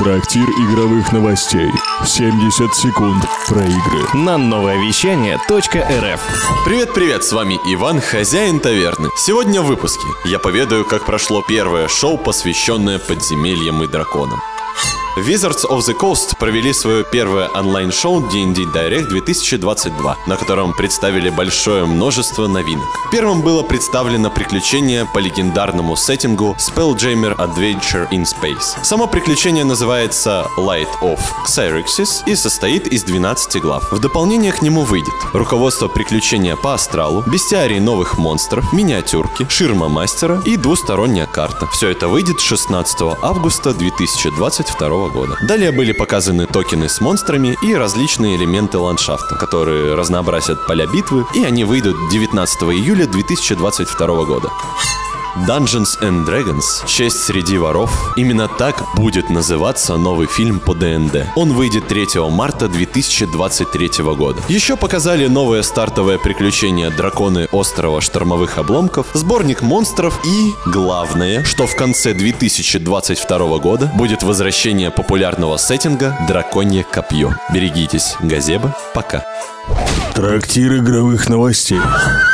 Трактир игровых новостей. 70 секунд про игры. На нововещание.рф. Привет-привет, с вами Иван, хозяин таверны. Сегодня в выпуске я поведаю, как прошло первое шоу, посвященное подземельям и драконам. Wizards of the Coast провели свое первое онлайн-шоу D&D Direct 2022, на котором представили большое множество новинок. Первым было представлено приключение по легендарному сеттингу Spelljammer Adventure in Space. Само приключение называется Light of Xerxes и состоит из 12 глав. В дополнение к нему выйдет руководство приключения по астралу, бестиарий новых монстров, миниатюрки, ширма мастера и двусторонняя карта. Все это выйдет 16 августа 2022 года. Далее были показаны токены с монстрами и различные элементы ландшафта, которые разнообразят поля битвы, и они выйдут 19 июля 2022 года. Dungeons and Dragons. Честь среди воров. Именно так будет называться новый фильм по ДНД. Он выйдет 3 марта 2023 года. Еще показали новое стартовое приключение Драконы острова штормовых обломков, сборник монстров и, главное, что в конце 2022 года будет возвращение популярного сеттинга Драконье копье. Берегитесь, Газеба. Пока. Трактир игровых новостей.